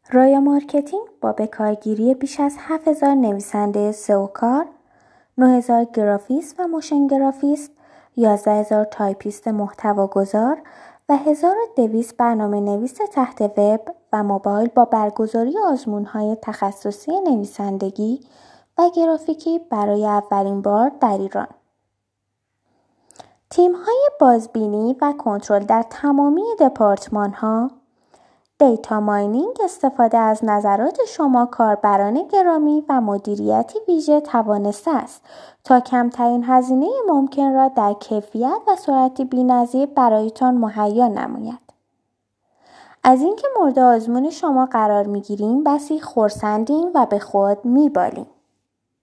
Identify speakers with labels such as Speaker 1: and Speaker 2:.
Speaker 1: رویا مارکتینگ با بکارگیری بیش از 7000 نویسنده سئو کار، 9000 گرافیست و موشن گرافیست، 11000 تایپیست محتواگذار و 1200 برنامه‌نویس تحت وب و موبایل با برگزاری آزمون‌های تخصصی نویسندگی و گرافیکی برای اولین بار در ایران. تیم‌های بازبینی و کنترل در تمامی دپارتمان‌ها، دیتا ماینینگ استفاده از نظرات شما کاربران گرامی و مدیریتی ویژه توانسته است تا کمترین هزینه ممکن را در کیفیت و سرعتی بی‌نظیر برایتان مهیا نماید. از اینکه مورد آزمون شما قرار می‌گیریم بسی خرسندیم و به خود می‌بالیم.